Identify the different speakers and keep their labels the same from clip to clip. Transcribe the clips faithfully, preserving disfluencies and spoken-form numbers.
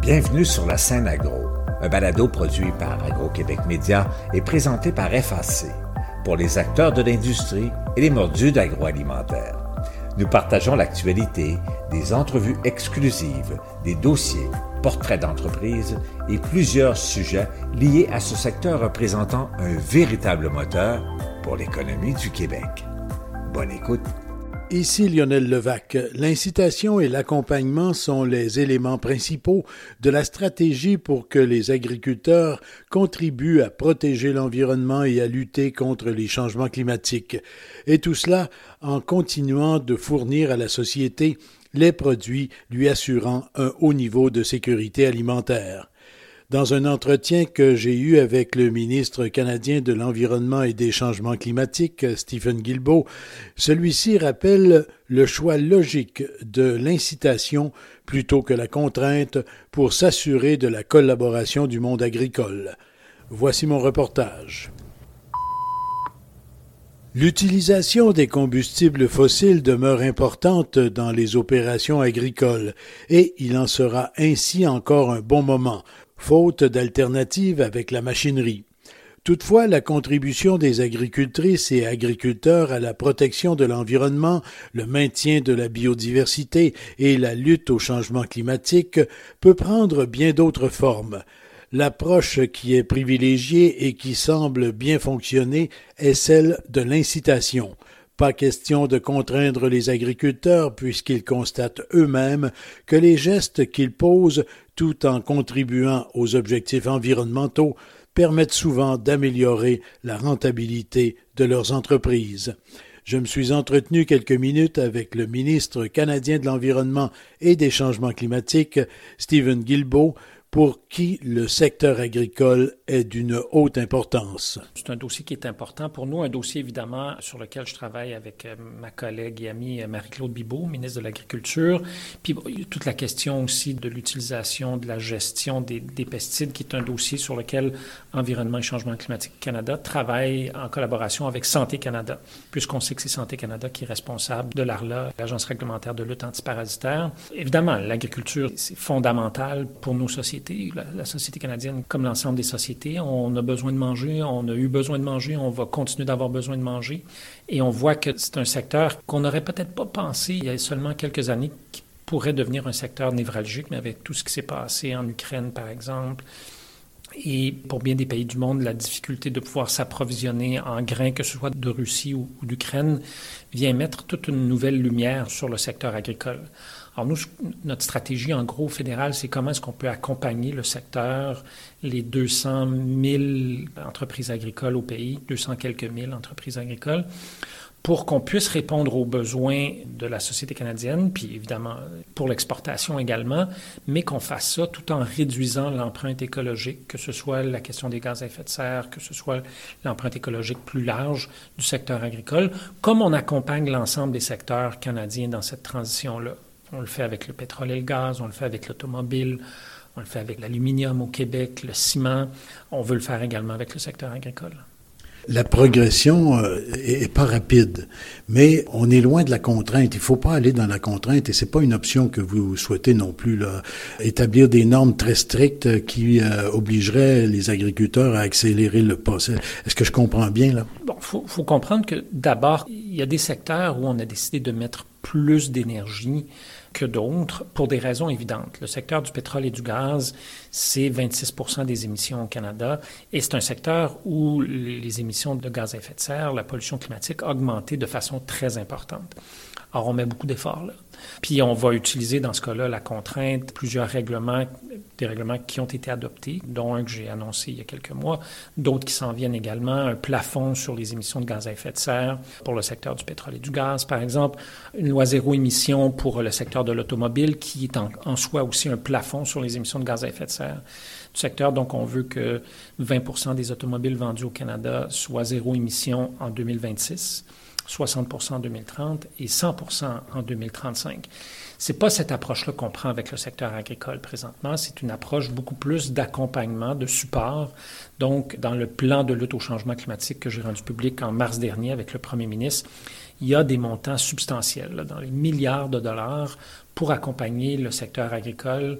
Speaker 1: Bienvenue sur la scène agro, un balado produit par Agro-Québec Média et présenté par F A C, pour les acteurs de l'industrie et les mordus d'agroalimentaire. Nous partageons l'actualité, des entrevues exclusives, des dossiers, portraits d'entreprises et plusieurs sujets liés à ce secteur représentant un véritable moteur pour l'économie du Québec. Bonne écoute.
Speaker 2: Ici Lionel Levac. L'incitation et l'accompagnement sont les éléments principaux de la stratégie pour que les agriculteurs contribuent à protéger l'environnement et à lutter contre les changements climatiques. Et tout cela en continuant de fournir à la société les produits lui assurant un haut niveau de sécurité alimentaire. Dans un entretien que j'ai eu avec le ministre canadien de l'Environnement et des Changements climatiques, Stephen Guilbeault, celui-ci rappelle le choix logique de l'incitation plutôt que la contrainte pour s'assurer de la collaboration du monde agricole. Voici mon reportage. L'utilisation des combustibles fossiles demeure importante dans les opérations agricoles et il en sera ainsi encore un bon moment, faute d'alternatives avec la machinerie. Toutefois, la contribution des agricultrices et agriculteurs à la protection de l'environnement, le maintien de la biodiversité et la lutte au changement climatique peut prendre bien d'autres formes. L'approche qui est privilégiée et qui semble bien fonctionner est celle de l'incitation. Pas question de contraindre les agriculteurs puisqu'ils constatent eux-mêmes que les gestes qu'ils posent tout en contribuant aux objectifs environnementaux permettent souvent d'améliorer la rentabilité de leurs entreprises. Je me suis entretenu quelques minutes avec le ministre canadien de l'Environnement et des Changements climatiques, Stephen Guilbeault, pour qui le secteur agricole est d'une haute importance.
Speaker 3: C'est un dossier qui est important pour nous, un dossier évidemment sur lequel je travaille avec ma collègue et amie Marie-Claude Bibeau, ministre de l'Agriculture. Puis il y a toute la question aussi de l'utilisation, de la gestion des, des pesticides, qui est un dossier sur lequel Environnement et Changement climatique Canada travaille en collaboration avec Santé Canada, puisqu'on sait que c'est Santé Canada qui est responsable de l'A R L A, l'Agence réglementaire de lutte antiparasitaire. Évidemment, l'agriculture, c'est fondamental pour nos sociétés. La, la société canadienne, comme l'ensemble des sociétés, on a besoin de manger, on a eu besoin de manger, on va continuer d'avoir besoin de manger. Et on voit que c'est un secteur qu'on n'aurait peut-être pas pensé il y a seulement quelques années qui pourrait devenir un secteur névralgique, mais avec tout ce qui s'est passé en Ukraine, par exemple, et pour bien des pays du monde, la difficulté de pouvoir s'approvisionner en grains, que ce soit de Russie ou, ou d'Ukraine, vient mettre toute une nouvelle lumière sur le secteur agricole. Alors nous, notre stratégie, en gros, fédérale, c'est comment est-ce qu'on peut accompagner le secteur, les deux cent mille entreprises agricoles au pays, deux cents quelques mille entreprises agricoles, pour qu'on puisse répondre aux besoins de la société canadienne, puis évidemment pour l'exportation également, mais qu'on fasse ça tout en réduisant l'empreinte écologique, que ce soit la question des gaz à effet de serre, que ce soit l'empreinte écologique plus large du secteur agricole, comme on accompagne l'ensemble des secteurs canadiens dans cette transition-là. On le fait avec le pétrole et le gaz, on le fait avec l'automobile, on le fait avec l'aluminium au Québec, le ciment. On veut le faire également avec le secteur agricole.
Speaker 2: La progression euh, est pas rapide, mais on est loin de la contrainte. Il faut pas aller dans la contrainte et c'est pas une option que vous souhaitez non plus, là. Établir des normes très strictes qui euh, obligeraient les agriculteurs à accélérer le pas. Est-ce que je comprends bien, là?
Speaker 3: Bon, faut, faut comprendre que d'abord, il y a des secteurs où on a décidé de mettre plus d'énergie que d'autres, pour des raisons évidentes. Le secteur du pétrole et du gaz, c'est vingt-six pour cent des émissions au Canada, et c'est un secteur où les émissions de gaz à effet de serre, la pollution climatique a augmenté de façon très importante. Alors, on met beaucoup d'efforts là. Puis, on va utiliser dans ce cas-là la contrainte, plusieurs règlements, des règlements qui ont été adoptés, dont un que j'ai annoncé il y a quelques mois, d'autres qui s'en viennent également, un plafond sur les émissions de gaz à effet de serre pour le secteur du pétrole et du gaz, par exemple, une loi zéro émission pour le secteur de l'automobile qui est en, en soi aussi un plafond sur les émissions de gaz à effet de serre du secteur. Donc, on veut que vingt pour cent des automobiles vendues au Canada soient zéro émission en deux mille vingt-six. soixante pour cent en deux mille trente et cent pour cent en deux mille trente-cinq. C'est pas cette approche-là qu'on prend avec le secteur agricole présentement. C'est une approche beaucoup plus d'accompagnement, de support. Donc, dans le plan de lutte au changement climatique que j'ai rendu public en mars dernier avec le premier ministre, il y a des montants substantiels, là, dans les milliards de dollars, pour accompagner le secteur agricole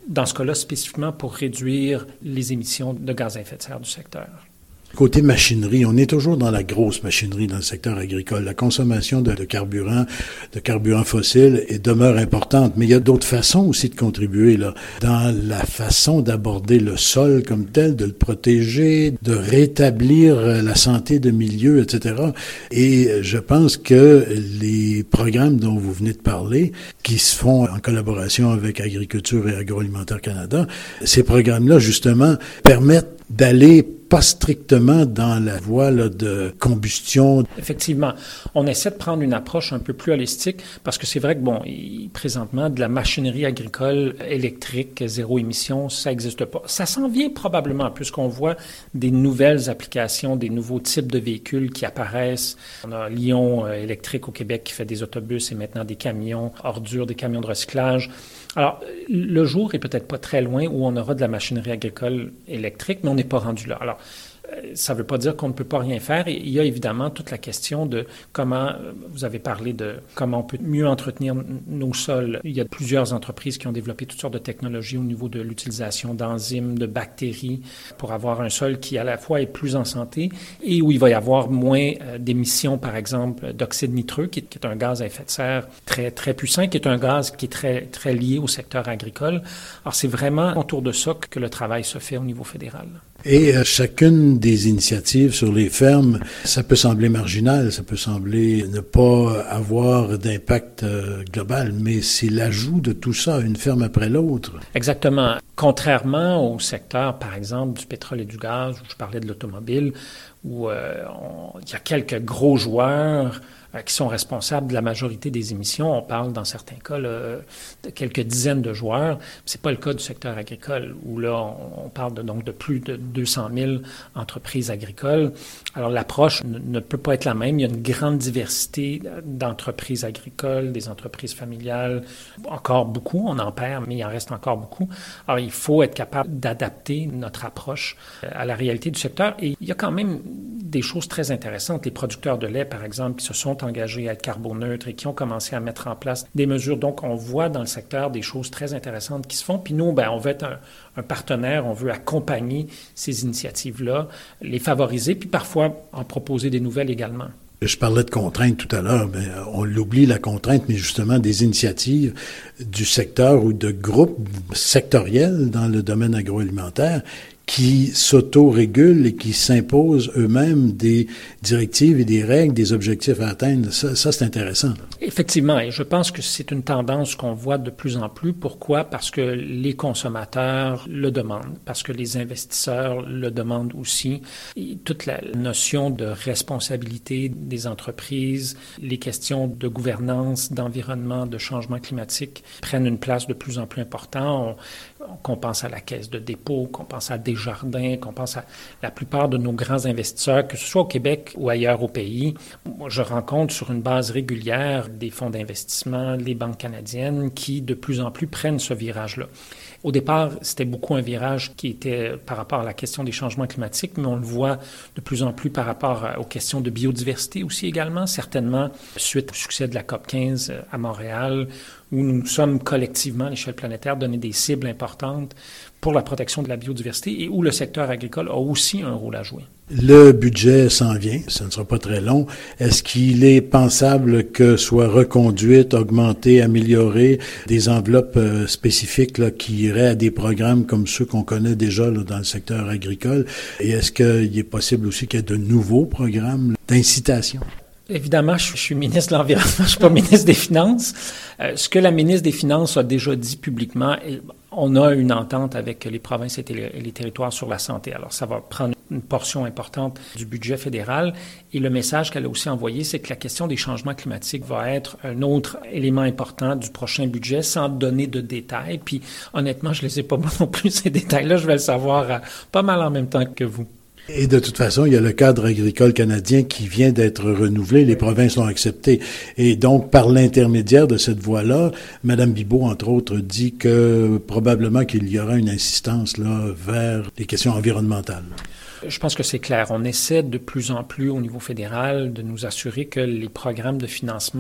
Speaker 3: dans ce cas-là spécifiquement pour réduire les émissions de gaz à effet de serre du secteur.
Speaker 2: Côté machinerie, on est toujours dans la grosse machinerie dans le secteur agricole. La consommation de, de carburant, de carburant fossile est, demeure importante, mais il y a d'autres façons aussi de contribuer là, dans la façon d'aborder le sol comme tel, de le protéger, de rétablir la santé de milieu, et cetera. Et je pense que les programmes dont vous venez de parler, qui se font en collaboration avec Agriculture et Agroalimentaire Canada, ces programmes-là, justement, permettent d'aller pas strictement dans la voie là, de combustion.
Speaker 3: Effectivement. On essaie de prendre une approche un peu plus holistique parce que c'est vrai que, bon, il, présentement, de la machinerie agricole électrique, zéro émission, ça n'existe pas. Ça s'en vient probablement puisqu'on voit des nouvelles applications, des nouveaux types de véhicules qui apparaissent. On a Lyon euh, électrique au Québec qui fait des autobus et maintenant des camions ordures, des camions de recyclage. Alors, le jour est peut-être pas très loin où on aura de la machinerie agricole électrique, mais on n'est pas rendu là. Alors, ça ne veut pas dire qu'on ne peut pas rien faire. Et il y a évidemment toute la question de comment, vous avez parlé de comment on peut mieux entretenir nos sols. Il y a plusieurs entreprises qui ont développé toutes sortes de technologies au niveau de l'utilisation d'enzymes, de bactéries pour avoir un sol qui à la fois est plus en santé et où il va y avoir moins d'émissions, par exemple, d'oxyde nitreux, qui est un gaz à effet de serre très, très puissant, qui est un gaz qui est très, très lié au secteur agricole. Alors, c'est vraiment autour de ça que le travail se fait au niveau fédéral.
Speaker 2: Et euh, chacune des initiatives sur les fermes, ça peut sembler marginal, ça peut sembler ne pas avoir d'impact euh, global, mais c'est l'ajout de tout ça, une ferme après l'autre.
Speaker 3: Exactement. Contrairement au secteur, par exemple, du pétrole et du gaz, où je parlais de l'automobile, où euh, on, il y a quelques gros joueurs euh, qui sont responsables de la majorité des émissions. On parle, dans certains cas, là, de quelques dizaines de joueurs. C'est pas le cas du secteur agricole, où là, on, on parle de, donc de plus de deux cent mille entreprises agricoles. Alors, l'approche ne, ne peut pas être la même. Il y a une grande diversité d'entreprises agricoles, des entreprises familiales. Encore beaucoup, on en perd, mais il en reste encore beaucoup. Alors, il faut être capable d'adapter notre approche à la réalité du secteur. Et il y a quand même des choses très intéressantes. Les producteurs de lait, par exemple, qui se sont engagés à être carboneutres et qui ont commencé à mettre en place des mesures. Donc, on voit dans le secteur des choses très intéressantes qui se font. Puis nous, ben, on veut être un, un partenaire, on veut accompagner ces initiatives-là, les favoriser, puis parfois en proposer des nouvelles également.
Speaker 2: Je parlais de contraintes tout à l'heure, mais on l'oublie, la contrainte, mais justement des initiatives du secteur ou de groupes sectoriels dans le domaine agroalimentaire qui s'auto-régulent et qui s'imposent eux-mêmes des directives et des règles, des objectifs à atteindre. Ça, ça, c'est intéressant.
Speaker 3: Effectivement, et je pense que c'est une tendance qu'on voit de plus en plus. Pourquoi? Parce que les consommateurs le demandent, parce que les investisseurs le demandent aussi. Et toute la notion de responsabilité des entreprises, les questions de gouvernance, d'environnement, de changement climatique prennent une place de plus en plus importante. On, qu'on pense à la Caisse de dépôt, qu'on pense à Desjardins, qu'on pense à la plupart de nos grands investisseurs, que ce soit au Québec ou ailleurs au pays. Moi, je rencontre sur une base régulière des fonds d'investissement, les banques canadiennes qui, de plus en plus, prennent ce virage-là. Au départ, c'était beaucoup un virage qui était par rapport à la question des changements climatiques, mais on le voit de plus en plus par rapport aux questions de biodiversité aussi également, certainement suite au succès de la COP quinze à Montréal, où nous sommes collectivement, à l'échelle planétaire, donné des cibles importantes pour la protection de la biodiversité et où le secteur agricole a aussi un rôle à jouer.
Speaker 2: Le budget s'en vient, ce ne sera pas très long. Est-ce qu'il est pensable que soient reconduites, augmentées, améliorées des enveloppes euh, spécifiques là, qui iraient à des programmes comme ceux qu'on connaît déjà là, dans le secteur agricole? Et est-ce qu'il est possible aussi qu'il y ait de nouveaux programmes là, d'incitation?
Speaker 3: Évidemment, je suis ministre de l'Environnement, je ne suis pas ministre des Finances. Euh, ce que la ministre des Finances a déjà dit publiquement, on a une entente avec les provinces et les territoires sur la santé. Alors, ça va prendre une portion importante du budget fédéral. Et le message qu'elle a aussi envoyé, c'est que la question des changements climatiques va être un autre élément important du prochain budget, sans donner de détails. Puis, honnêtement, je ne les ai pas moi non plus, ces détails-là. Je vais le savoir euh, pas mal en même temps que vous.
Speaker 2: Et de toute façon, il y a le cadre agricole canadien qui vient d'être renouvelé. Les provinces l'ont accepté. Et donc, par l'intermédiaire de cette voie-là, Mme Bibeau, entre autres, dit que probablement qu'il y aura une insistance là vers les questions environnementales.
Speaker 3: Je pense que c'est clair. On essaie de plus en plus au niveau fédéral de nous assurer que les programmes de financement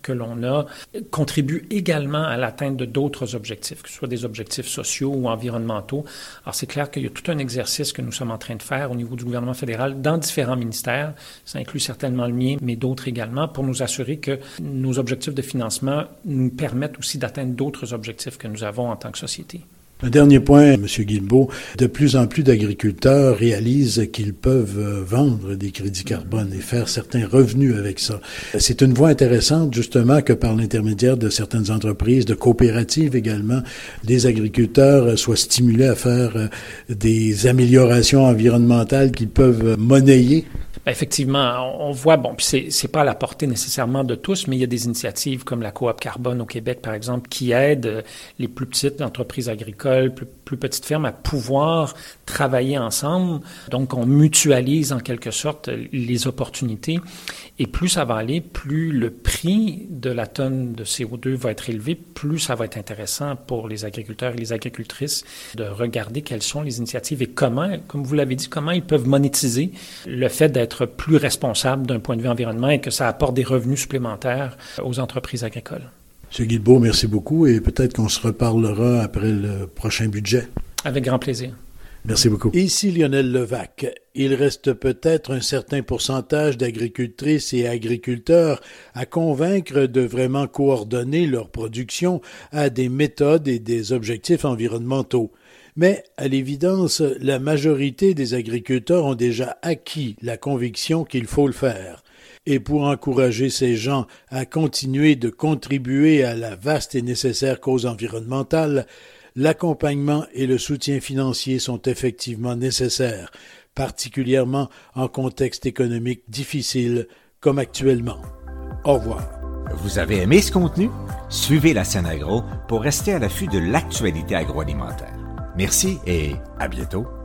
Speaker 3: que l'on a contribue également à l'atteinte de d'autres objectifs, que ce soit des objectifs sociaux ou environnementaux. Alors, c'est clair qu'il y a tout un exercice que nous sommes en train de faire au niveau du gouvernement fédéral dans différents ministères. Ça inclut certainement le mien, mais d'autres également, pour nous assurer que nos objectifs de financement nous permettent aussi d'atteindre d'autres objectifs que nous avons en tant que société.
Speaker 2: Un dernier point, M. Guilbeault, de plus en plus d'agriculteurs réalisent qu'ils peuvent vendre des crédits carbone et faire certains revenus avec ça. C'est une voie intéressante, justement, que par l'intermédiaire de certaines entreprises, de coopératives également, les agriculteurs soient stimulés à faire des améliorations environnementales qu'ils peuvent monnayer.
Speaker 3: Bien, effectivement, on voit, bon, puis c'est, c'est pas à la portée nécessairement de tous, mais il y a des initiatives comme la Coop Carbone au Québec, par exemple, qui aident les plus petites entreprises agricoles, plus, plus petites fermes à pouvoir travailler ensemble. Donc, on mutualise en quelque sorte les opportunités. Et plus ça va aller, plus le prix de la tonne de C O deux va être élevé, plus ça va être intéressant pour les agriculteurs et les agricultrices de regarder quelles sont les initiatives et comment, comme vous l'avez dit, comment ils peuvent monétiser le fait d'être plus responsable d'un point de vue environnement et que ça apporte des revenus supplémentaires aux entreprises agricoles.
Speaker 2: M. Guilbeault, merci beaucoup et peut-être qu'on se reparlera après le prochain budget.
Speaker 3: Avec grand plaisir.
Speaker 2: Merci beaucoup. Ici Lionel Levac. Il reste peut-être un certain pourcentage d'agricultrices et agriculteurs à convaincre de vraiment coordonner leur production à des méthodes et des objectifs environnementaux. Mais, à l'évidence, la majorité des agriculteurs ont déjà acquis la conviction qu'il faut le faire. Et pour encourager ces gens à continuer de contribuer à la vaste et nécessaire cause environnementale, l'accompagnement et le soutien financier sont effectivement nécessaires, particulièrement en contexte économique difficile comme actuellement. Au revoir.
Speaker 1: Vous avez aimé ce contenu? Suivez la Scène Agro pour rester à l'affût de l'actualité agroalimentaire. Merci et à bientôt.